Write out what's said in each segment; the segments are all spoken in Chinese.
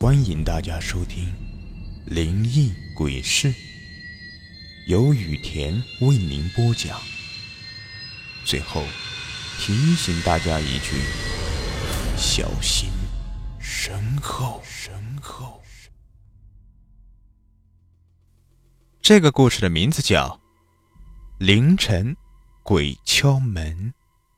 欢迎大家收听灵异鬼事，由雨田为您播讲。最后提醒大家一句，小心身后。这个故事的名字叫凌晨鬼敲门。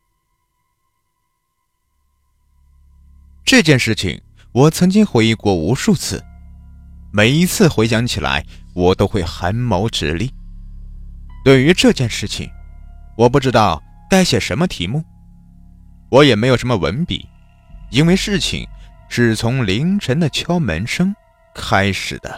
这件事情我曾经回忆过无数次，每一次回想起来我都会汗毛直立。对于这件事情，我不知道该写什么题目，我也没有什么文笔，因为事情是从凌晨的敲门声开始的。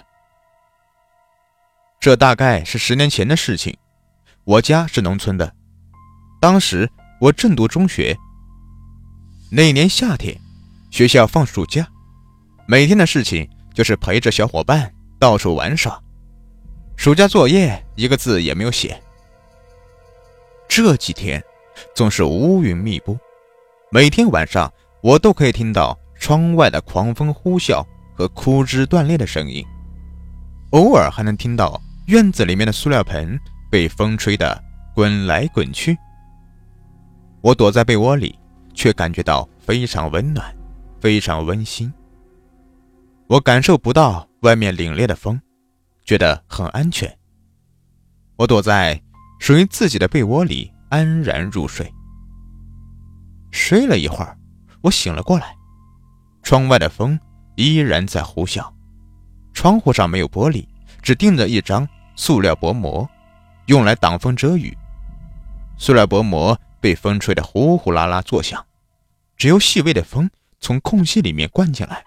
这大概是10年前的事情，我家是农村的，当时我正读中学。那年夏天，学校放暑假，每天的事情就是陪着小伙伴到处玩耍，暑假作业一个字也没有写。这几天总是乌云密布，每天晚上我都可以听到窗外的狂风呼啸和枯枝断裂的声音，偶尔还能听到院子里面的塑料盆被风吹得滚来滚去。我躲在被窝里，却感觉到非常温暖，非常温馨。我感受不到外面凛冽的风，觉得很安全。我躲在属于自己的被窝里安然入睡。睡了一会儿，我醒了过来，窗外的风依然在呼啸，窗户上没有玻璃，只钉着一张塑料薄膜，用来挡风遮雨。塑料薄膜被风吹得呼呼啦啦作响，只有细微的风从空隙里面灌进来。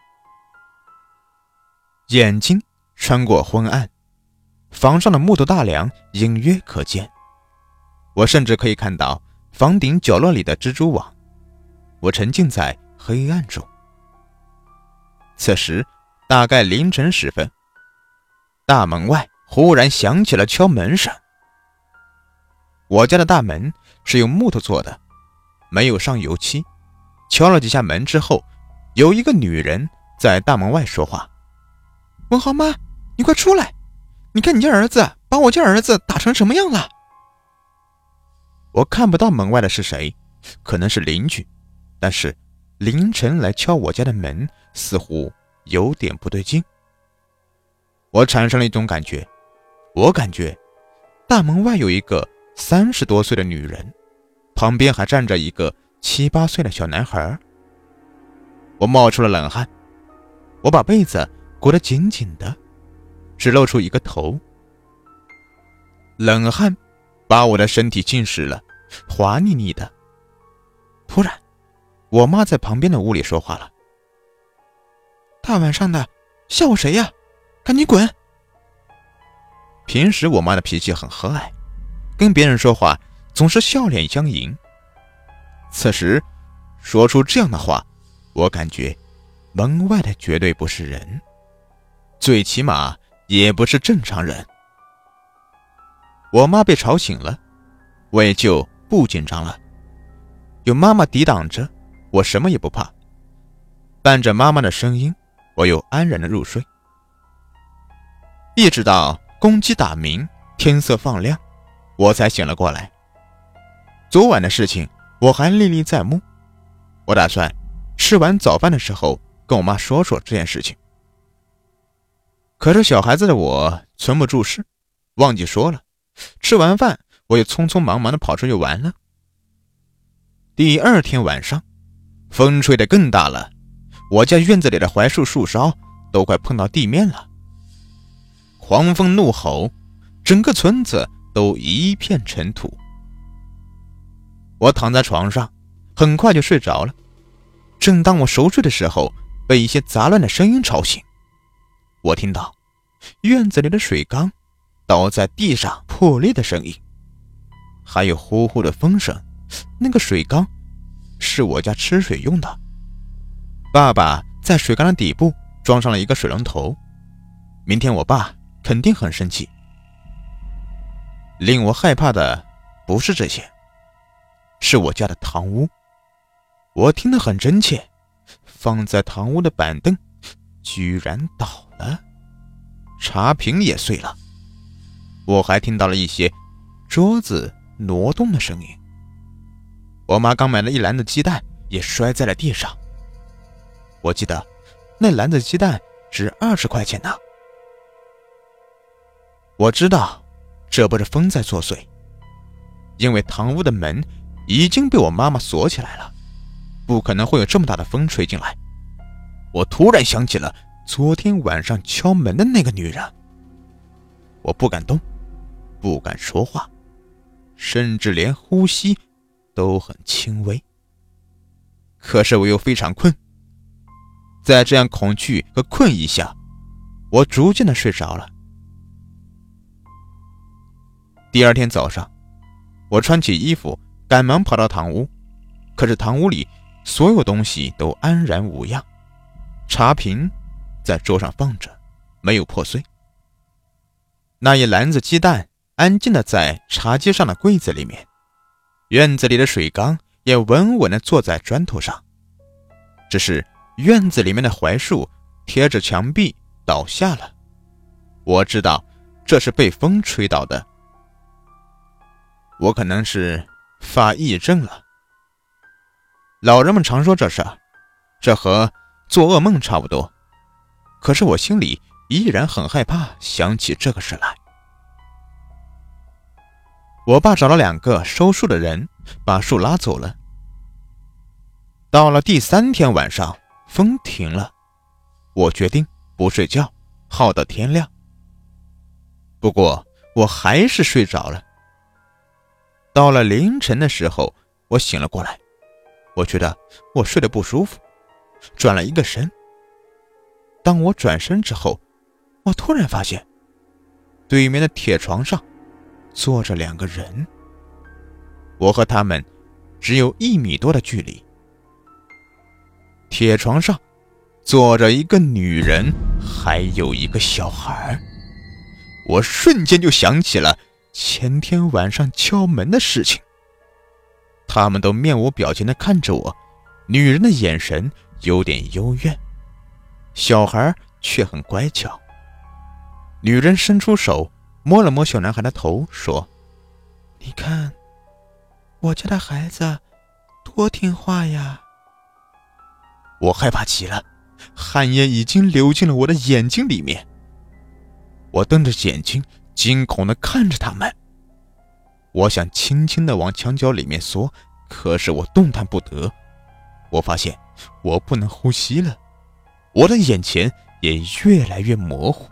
眼睛穿过昏暗，房上的木头大梁隐约可见，我甚至可以看到房顶角落里的蜘蛛网。我沉浸在黑暗中。此时大概凌晨时分，大门外忽然响起了敲门声。我家的大门是用木头做的，没有上油漆。敲了几下门之后，有一个女人在大门外说话：“文豪妈，你快出来，你看你家儿子把我家儿子打成什么样了。”我看不到门外的是谁，可能是邻居，但是凌晨来敲我家的门似乎有点不对劲。我产生了一种感觉，我感觉大门外有一个30多岁的女人，旁边还站着一个7、8岁的小男孩。我冒出了冷汗，我把被子裹得紧紧的，只露出一个头。冷汗把我的身体浸湿了，滑腻腻的。突然，我妈在旁边的屋里说话了：“大晚上的，吓唬谁呀？赶紧滚！”平时我妈的脾气很和蔼，跟别人说话总是笑脸相迎。此时说出这样的话，我感觉门外的绝对不是人，最起码也不是正常人。我妈被吵醒了，我也就不紧张了，有妈妈抵挡着，我什么也不怕。伴着妈妈的声音，我又安然的入睡。一直到公鸡打鸣，天色放亮，我才醒了过来。昨晚的事情我还历历在目，我打算吃完早饭的时候跟我妈说说这件事情。可是小孩子的我存不住事，忘记说了。吃完饭我又匆匆忙忙地跑出去玩了。第2天晚上，风吹得更大了，我家院子里的槐树树梢都快碰到地面了。狂风怒吼，整个村子都一片尘土。我躺在床上，很快就睡着了。正当我熟睡的时候，被一些杂乱的声音吵醒。我听到院子里的水缸倒在地上破裂的声音，还有呼呼的风声。那个水缸是我家吃水用的，爸爸在水缸的底部装上了一个水龙头。明天我爸肯定很生气。令我害怕的不是这些，是我家的堂屋。我听得很真切，放在堂屋的板凳居然倒了，茶瓶也碎了。我还听到了一些桌子挪动的声音。我妈刚买了一篮子鸡蛋也摔在了地上。我记得那篮子鸡蛋值20块钱呢。我知道这不是风在作祟，因为堂屋的门已经被我妈妈锁起来了，不可能会有这么大的风吹进来。我突然想起了昨天晚上敲门的那个女人。我不敢动，不敢说话，甚至连呼吸都很轻微。可是我又非常困，在这样恐惧和困意下，我逐渐的睡着了。第二天早上，我穿起衣服赶忙跑到堂屋，可是堂屋里所有东西都安然无恙，茶瓶在桌上放着，没有破碎。那一篮子鸡蛋安静的在茶几上的柜子里面，院子里的水缸也稳稳的坐在砖头上，只是院子里面的槐树贴着墙壁倒下了。我知道这是被风吹倒的。我可能是发癔症了。老人们常说这事儿，这和做噩梦差不多。可是我心里依然很害怕想起这个事来。我爸找了2个收树的人把树拉走了。到了第3天晚上，风停了，我决定不睡觉，耗到天亮。不过我还是睡着了。到了凌晨的时候，我醒了过来，我觉得我睡得不舒服，转了一个身。当我转身之后，我突然发现对面的铁床上坐着2个人，我和他们只有1米多的距离。铁床上坐着一个女人，还有一个小孩。我瞬间就想起了前天晚上敲门的事情。他们都面无表情地看着我，女人的眼神有点幽怨，小孩却很乖巧。女人伸出手摸了摸小男孩的头，说：“你看，我家的孩子多听话呀。”我害怕极了，汗液已经流进了我的眼睛里面。我瞪着眼睛，惊恐地看着他们。我想轻轻地往墙角里面缩，可是我动弹不得。我发现我不能呼吸了，我的眼前也越来越模糊。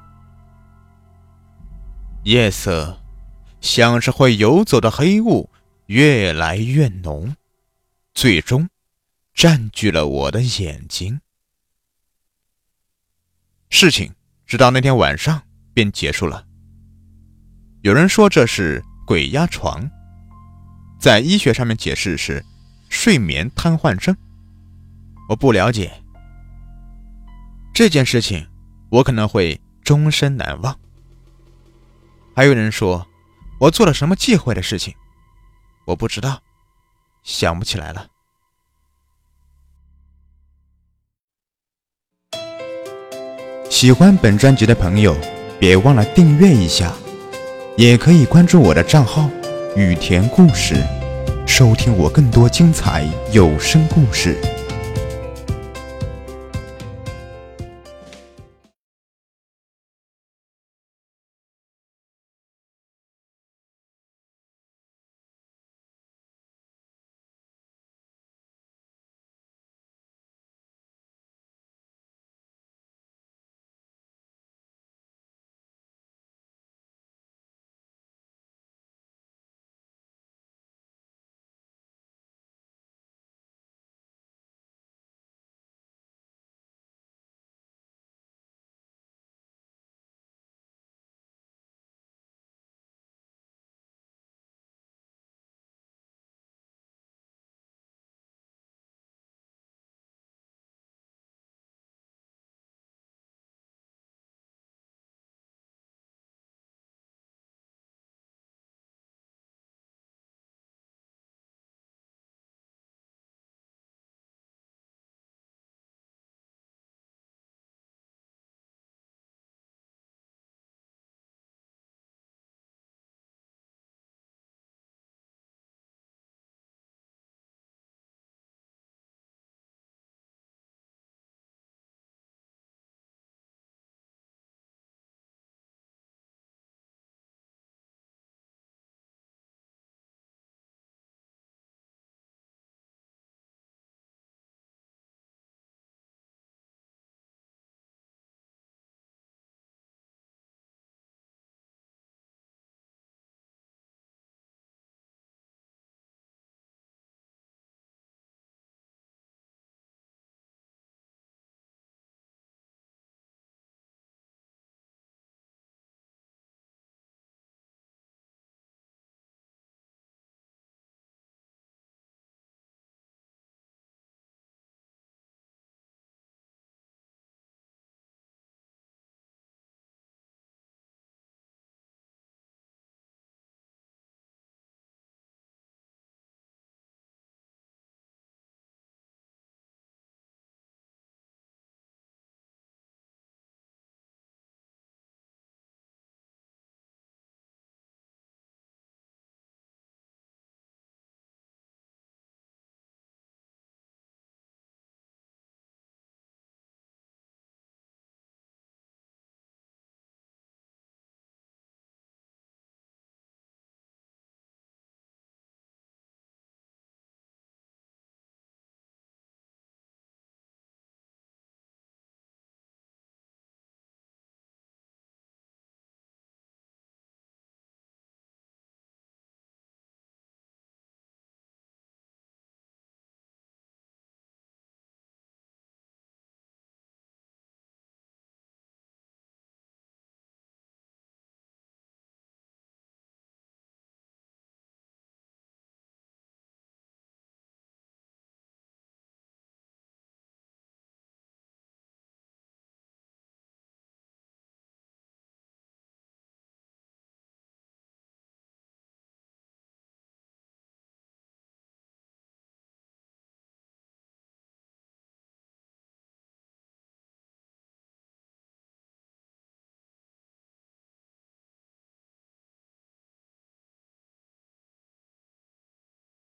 夜色像是会游走的黑雾越来越浓，最终占据了我的眼睛。事情直到那天晚上便结束了。有人说这是鬼压床，在医学上面解释是睡眠瘫痪症。我不了解这件事情，我可能会终身难忘。还有人说我做了什么忌讳的事情，我不知道，想不起来了。喜欢本专辑的朋友别忘了订阅一下，也可以关注我的账号雨田故事，收听我更多精彩有声故事。